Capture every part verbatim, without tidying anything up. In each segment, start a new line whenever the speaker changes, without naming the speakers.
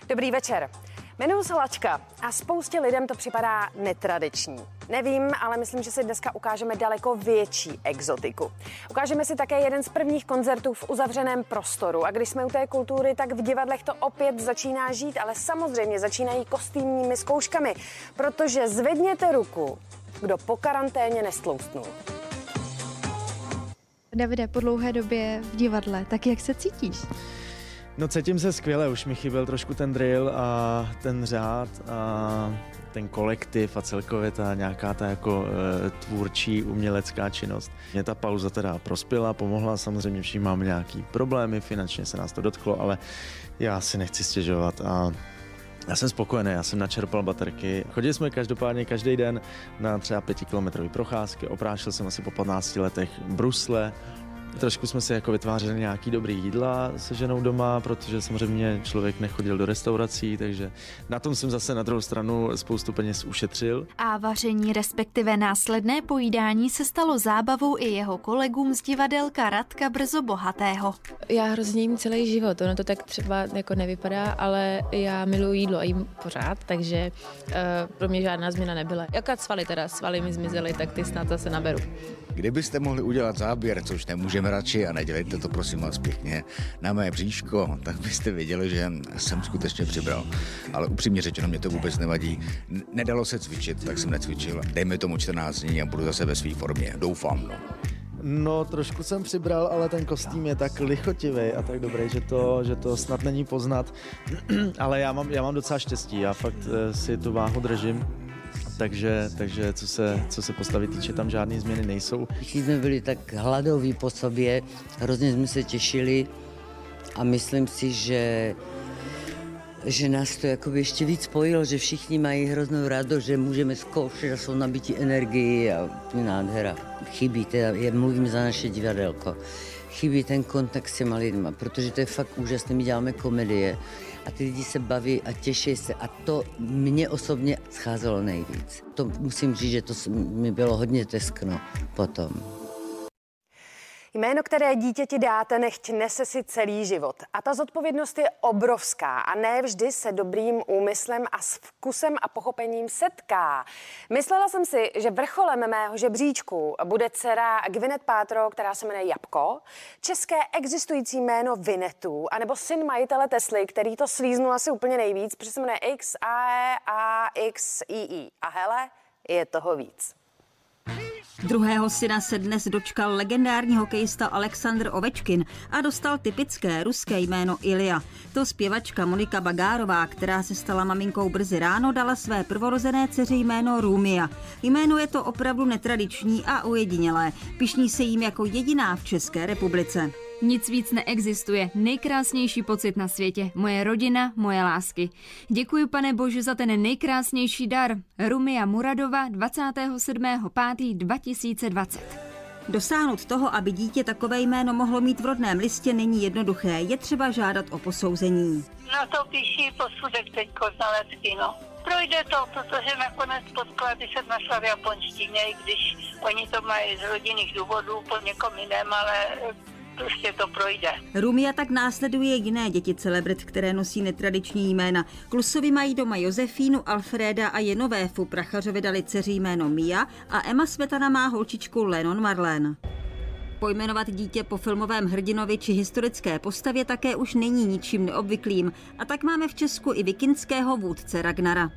Dobrý večer. Jmenuji se Lačka a spoustě lidem to připadá netradiční. Nevím, ale myslím, že si dneska ukážeme daleko větší exotiku. Ukážeme si také jeden z prvních koncertů v uzavřeném prostoru a když jsme u té kultury, tak v divadlech to opět začíná žít, ale samozřejmě začínají kostýmními zkouškami, protože zvedněte ruku, kdo po karanténě nestloustnul.
Davide, po dlouhé době v divadle, tak jak se cítíš?
No cítím se skvěle, už mi chyběl trošku ten drill a ten řád a ten kolektiv a celkově ta nějaká ta jako e, tvůrčí umělecká činnost. Mě ta pauza teda prospěla, pomohla, samozřejmě všichni máme nějaký problémy, finančně se nás to dotklo, ale já si nechci stěžovat a já jsem spokojený, já jsem načerpal baterky. Chodili jsme každopádně každý den na třeba pětikilometrové procházky, oprášil jsem asi po patnácti letech brusle. Trošku jsme si jako vytvářeli nějaký dobrý jídla se ženou doma, protože samozřejmě člověk nechodil do restaurací, takže na tom jsem zase na druhou stranu spoustu peněz ušetřil.
A vaření, respektive následné pojídání se stalo zábavou i jeho kolegům z divadelka Radka Brzo Bohatého.
Já hrozně jím celý život, ono to tak třeba jako nevypadá, ale já miluji jídlo a jím pořád, takže uh, pro mě žádná změna nebyla. Jaká svaly teda, svaly mi zmizely, tak ty snad zase naberu.
Kdybyste mohli udělat záběr, což nemůžeme radši a nedělejte to prosím vás pěkně na mé bříško, tak byste věděli, že jsem skutečně přibral. Ale upřímně řečeno, mě to vůbec nevadí. Nedalo se cvičit, tak jsem necvičil. Dejme tomu čtrnáct dní a budu zase ve své formě. Doufám, no.
No, trošku jsem přibral, ale ten kostým je tak lichotivý a tak dobrý, že to, že to snad není poznat. Ale já mám, já mám docela štěstí, já fakt si tu váhu držím. Takže, takže co se, co se postavy týče, tam žádné změny nejsou.
Všichni jsme byli tak hladoví po sobě, hrozně jsme se těšili a myslím si, že, že nás to jakoby ještě víc spojilo, že všichni mají hroznou radost, že můžeme zkoušet a jsou nabití energii a nádhera. Chybí, teda, já mluvím za naše divadelko, chybí ten kontakt s těma lidma, protože to je fakt úžasné, my děláme komedie. A ty lidi se baví a těší se a to mě osobně scházelo nejvíc. To musím říct, že to mi bylo hodně teskno potom.
Jméno, které dítěti dáte, nechť nese si celý život. A ta zodpovědnost je obrovská a ne vždy se dobrým úmyslem a s vkusem a pochopením setká. Myslela jsem si, že vrcholem mého žebříčku bude dcera Gwyneth Paltrow, která se jmenuje Jabko, české existující jméno Vinetů, anebo syn majitele Tesly, který to slíznul asi úplně nejvíc, protože se jmenuje X A E A X I I. A hele, je toho víc.
Druhého syna se dnes dočkal legendární hokejista Alexandr Ovečkin a dostal typické ruské jméno Ilja. To zpěvačka Monika Bagárová, která se stala maminkou brzy ráno, dala své prvorozené dceři jméno Rumia. Jméno je to opravdu netradiční a ojedinělé. Pyšní se jím jako jediná v České republice.
Nic víc neexistuje. Nejkrásnější pocit na světě. Moje rodina, moje lásky. Děkuji, pane Bože, za ten nejkrásnější dar. Rumia Muradova, dvacátého sedmého pátého dva tisíce dvacet.
Dosáhnout toho, aby dítě takové jméno mohlo mít v rodném listě, není jednoduché. Je třeba žádat o posouzení.
Na to píší posudek teďko znalecký, no. Projde to, protože nakonec podklady se našla v japonštině, i když oni to mají z rodinných důvodů po někom jiném, ale prostě to projde.
Rumia tak následuje jiné děti celebrit, které nosí netradiční jména. Klusovi mají doma Josefínu, Alfreda a Jenovéfu. Prachařovi dali dceři jméno Mia a Emma Smetana má holčičku Lennon Marlene. Pojmenovat dítě po filmovém hrdinovi či historické postavě také už není ničím neobvyklým. A tak máme v Česku i vikingského vůdce Ragnara.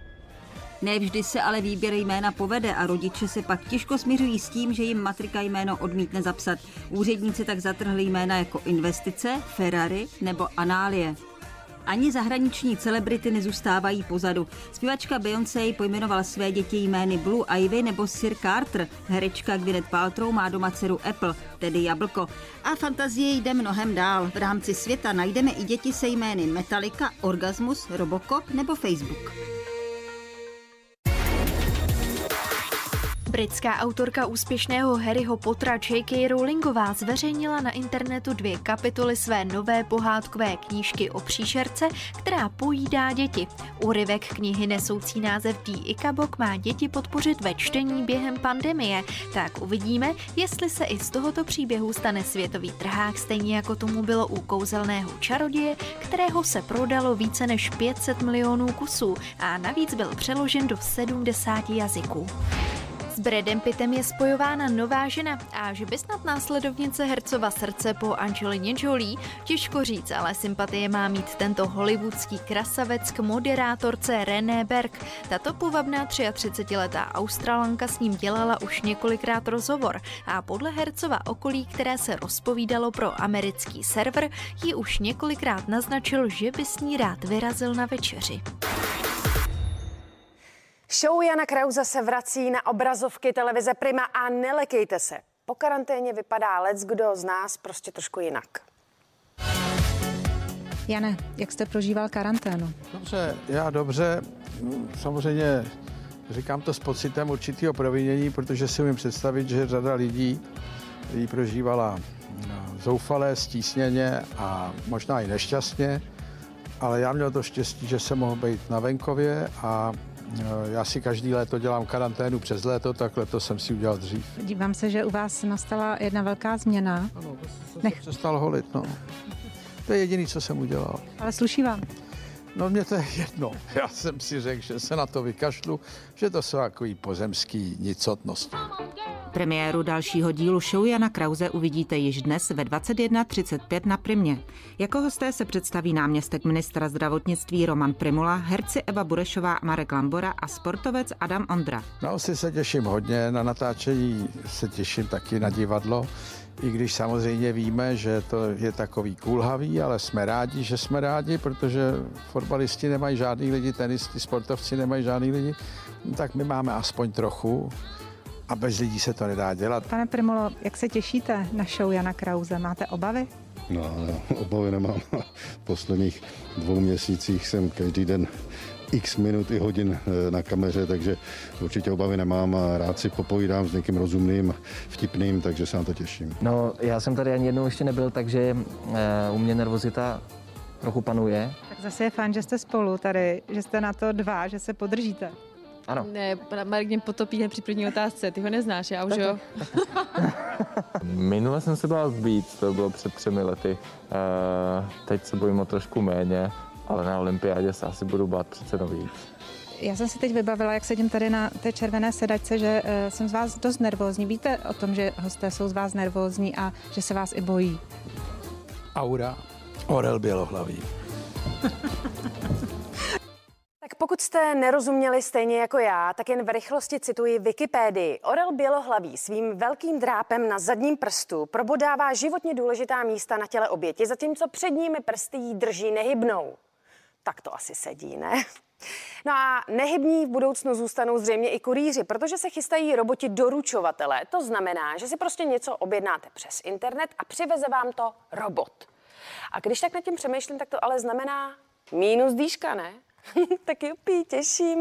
Nevždy se ale výběr jména povede a rodiče se pak těžko smiřují s tím, že jim matrika jméno odmítne zapsat. Úředníci tak zatrhli jména jako investice, Ferrari nebo Análie. Ani zahraniční celebrity nezůstávají pozadu. Zpěvačka Beyoncé pojmenovala své děti jmény Blue Ivy nebo Sir Carter. Herečka Gwyneth Paltrow má doma dceru Apple, tedy Jablko. A fantazie jde mnohem dál. V rámci světa najdeme i děti se jmény Metallica, Orgasmus, Robocop nebo Facebook.
Britská autorka úspěšného Harryho Pottera J K Rowlingová zveřejnila na internetu dvě kapitoly své nové pohádkové knížky o příšerce, která pojídá děti. Úryvek knihy nesoucí název Die Ikabok má děti podpořit ve čtení během pandemie. Tak uvidíme, jestli se i z tohoto příběhu stane světový trhák, stejně jako tomu bylo u Kouzelného čaroděje, kterého se prodalo více než pět set milionů kusů a navíc byl přeložen do sedmdesáti jazyků. S Bradem Pittem je spojována nová žena a že by snad následovnice hercova srdce po Angelině Jolie, těžko říct, ale sympatie má mít tento hollywoodský krasavec k moderátorce René Berg. Tato půvabná třiatřicetiletá Australanka s ním dělala už několikrát rozhovor a podle hercova okolí, které se rozpovídalo pro americký server, ji už několikrát naznačil, že by s ní rád vyrazil na večeři.
Show Jana Krause se vrací na obrazovky televize Prima a nelekejte se. Po karanténě vypadá leckdo z nás prostě trošku jinak.
Jane, jak jste prožíval karanténu?
Dobře, já dobře. Samozřejmě říkám to s pocitem určitého provinění, protože si umím představit, že řada lidí ji prožívala zoufale, stísněně a možná i nešťastně, ale já měl to štěstí, že jsem mohl být na venkově a já si každý léto dělám karanténu přes léto, tak letos jsem si udělal dřív.
Dívám se, že u vás nastala jedna velká změna.
Ano, jsem Nech... se přestal holit, no. To je jediný, co jsem udělal.
Ale sluší vám?
No mně to je jedno. Já jsem si řekl, že se na to vykašlu, že to jsou takový pozemský nicotnosti.
Premiéru dalšího dílu show Jana Krause uvidíte již dnes ve dvacet jedna třicet pět na Primě. Jako hosté se představí náměstek ministra zdravotnictví Roman Prymula, herci Eva Burešová a Marek Lambora a sportovec Adam Ondra.
Na Osy se těším hodně, na natáčení se těším taky na divadlo, i když samozřejmě víme, že to je takový kulhavý, ale jsme rádi, že jsme rádi, protože fotbalisti nemají žádný lidi, tenisti, sportovci nemají žádný lidi, tak my máme aspoň trochu. A bez lidí se to nedá dělat.
Pane Prymulo, jak se těšíte na show Jana Krause? Máte obavy?
No, no obavy nemám. V posledních dvou měsících jsem každý den x minut i hodin na kameře, takže určitě obavy nemám a rád si popovídám s někým rozumným, vtipným, takže se na to těším.
No, já jsem tady ani jednou ještě nebyl, takže u mě nervozita trochu panuje.
Tak zase je fajn, že jste spolu tady, že jste na to dva, že se podržíte.
Ano.
Ne, Marek mě potopí hned při první otázce, ty ho neznáš, já už jo.
Minule jsem se bál zbít, to bylo před třemi lety. E, teď se bojím o trošku méně, ale na olympiádě se asi budu bát přece víc.
Já jsem si teď vybavila, jak sedím tady na té červené sedačce, že uh, jsem z vás dost nervózní. Víte o tom, že hosté jsou z vás nervózní a že se vás i bojí?
Aura, orel bělohlavý.
Tak pokud jste nerozuměli stejně jako já, tak jen v rychlosti cituji Wikipédii. Orel bělohlavý svým velkým drápem na zadním prstu probodává životně důležitá místa na těle oběti, zatímco předními prsty jí drží nehybnou. Tak to asi sedí, ne? No a nehybní v budoucnu zůstanou zřejmě i kurýři, protože se chystají roboti doručovatele. To znamená, že si prostě něco objednáte přes internet a přiveze vám to robot. A když tak nad tím přemýšlím, tak to ale znamená mínus dýška, ne? Tak jupí, těším.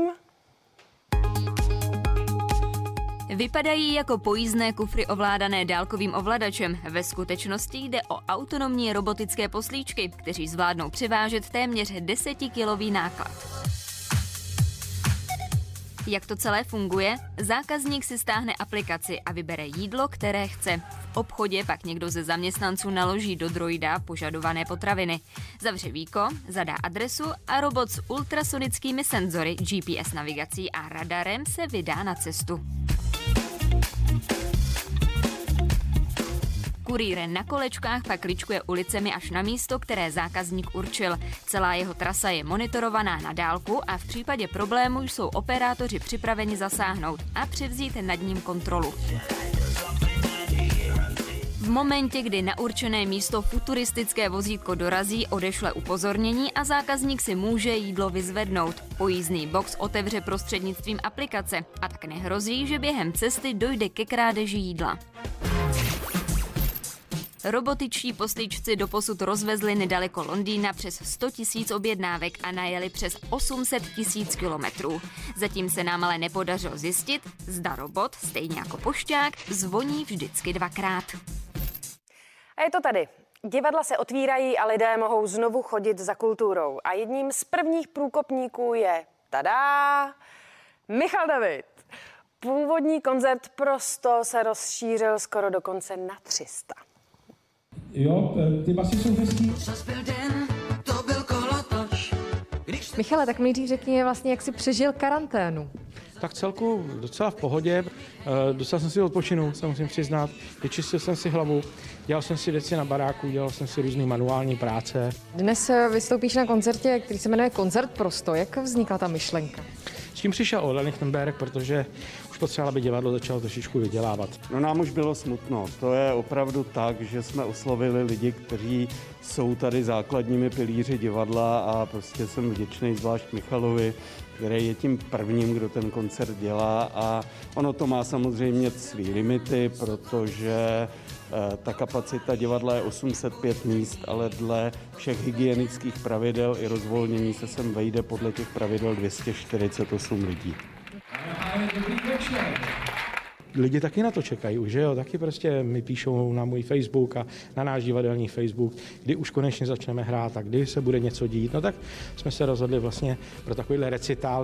Vypadají jako pojízdné kufry ovládané dálkovým ovladačem. Ve skutečnosti jde o autonomní robotické poslíčky, kteří zvládnou převážet téměř desetikilový náklad. Jak to celé funguje? Zákazník si stáhne aplikaci a vybere jídlo, které chce. V obchodě pak někdo ze zaměstnanců naloží do droida požadované potraviny. Zavře víko, zadá adresu a robot s ultrasonickými senzory, G P S navigací a radarem se vydá na cestu. Kurýr na kolečkách pak kličkuje ulicemi až na místo, které zákazník určil. Celá jeho trasa je monitorovaná na dálku a v případě problému jsou operátoři připraveni zasáhnout a převzít nad ním kontrolu. V momentě, kdy na určené místo futuristické vozítko dorazí, odešle upozornění a zákazník si může jídlo vyzvednout. Pojízdný box otevře prostřednictvím aplikace a tak nehrozí, že během cesty dojde ke krádeži jídla. Robotičtí poslíčci doposud rozvezli nedaleko Londýna přes sto tisíc objednávek a najeli přes osm set tisíc kilometrů. Zatím se nám ale nepodařilo zjistit, zda robot, stejně jako pošťák, zvoní vždycky dvakrát.
A je to tady. Divadla se otvírají a lidé mohou znovu chodit za kulturou. A jedním z prvních průkopníků je, tada, Michal David. Původní koncert Prosto se rozšířil skoro dokonce na tři sta.
Jo, ty basy jsou hezký.
Michale, tak mi nejdřív řekni vlastně, jak jsi přežil karanténu.
Tak celku docela v pohodě. Dostal jsem si odpočinout, se musím přiznat. Vyčistil jsem si hlavu, dělal jsem si věci na baráku, dělal jsem si různý manuální práce.
Dnes vystoupíš na koncertě, který se jmenuje Koncert Prosto. Jak vznikla ta myšlenka?
S tím přišel Ola Lichtenberg, protože už potřeboval, aby divadlo začalo trošičku vydělávat.
No nám už bylo smutno. To je opravdu tak, že jsme oslovili lidi, kteří jsou tady základními pilíři divadla a prostě jsem vděčný zvlášť Michalovi, který je tím prvním, kdo ten koncert dělá a ono to má samozřejmě svý limity, protože ta kapacita divadla je osm set pět míst, ale dle všech hygienických pravidel i rozvolnění se sem vejde podle těch pravidel dvě stě čtyřicet osm lidí.
Lidi taky na to čekají už, že jo? Taky prostě mi píšou na můj Facebook a na náš divadelní Facebook, kdy už konečně začneme hrát a kdy se bude něco dít. No tak jsme se rozhodli vlastně pro takovýhle recitál.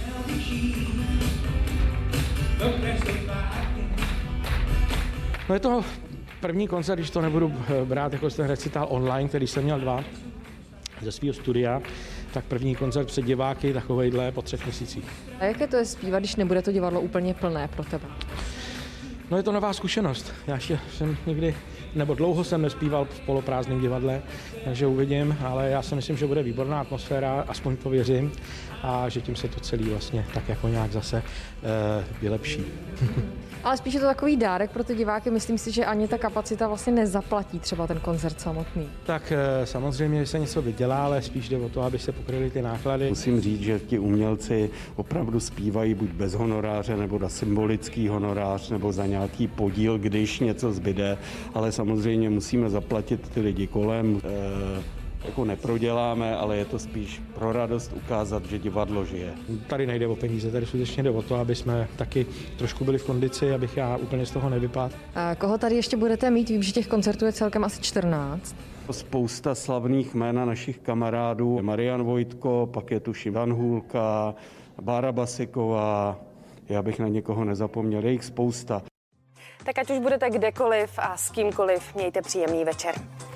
No je to první koncert, když to nebudu brát jako ten recitál online, který jsem měl dva ze svého studia, tak první koncert před diváky takovejhle po třech měsících.
A jaké to je zpívat, když nebude to divadlo úplně plné pro tebe?
No je to nová zkušenost. Já ještě jsem nikdy, nebo dlouho jsem nespíval v poloprázdném divadle, takže uvidím, ale já si myslím, že bude výborná atmosféra, aspoň to věřím, a že tím se to celý vlastně tak jako nějak zase e, vylepší.
Ale spíš je to takový dárek pro ty diváky, myslím si, že ani ta kapacita vlastně nezaplatí třeba ten koncert samotný.
Tak e, samozřejmě se něco vydělá, ale spíš jde o to, aby se pokryly ty náklady.
Musím říct, že ti umělci opravdu zpívají buď bez honoráře, nebo na symbolický honorář, nebo za nějaký podíl, když něco zbyde, ale samozřejmě musíme zaplatit ty lidi kolem. E, jako neproděláme, ale je to spíš pro radost ukázat, že divadlo žije.
Tady nejde o peníze, tady skutečně jde o to, aby jsme taky trošku byli v kondici, abych já úplně z toho nevypadl.
A koho tady ještě budete mít? Vím, že těch koncertů je celkem asi čtrnáct.
Spousta slavných jména našich kamarádů. Marian Vojtko, pak je tu Ivan Hůlka, Bára Basiková, já bych na někoho nezapomněl, je jich spousta.
Tak ať už budete kdekoliv a s kýmkoliv, mějte příjemný večer.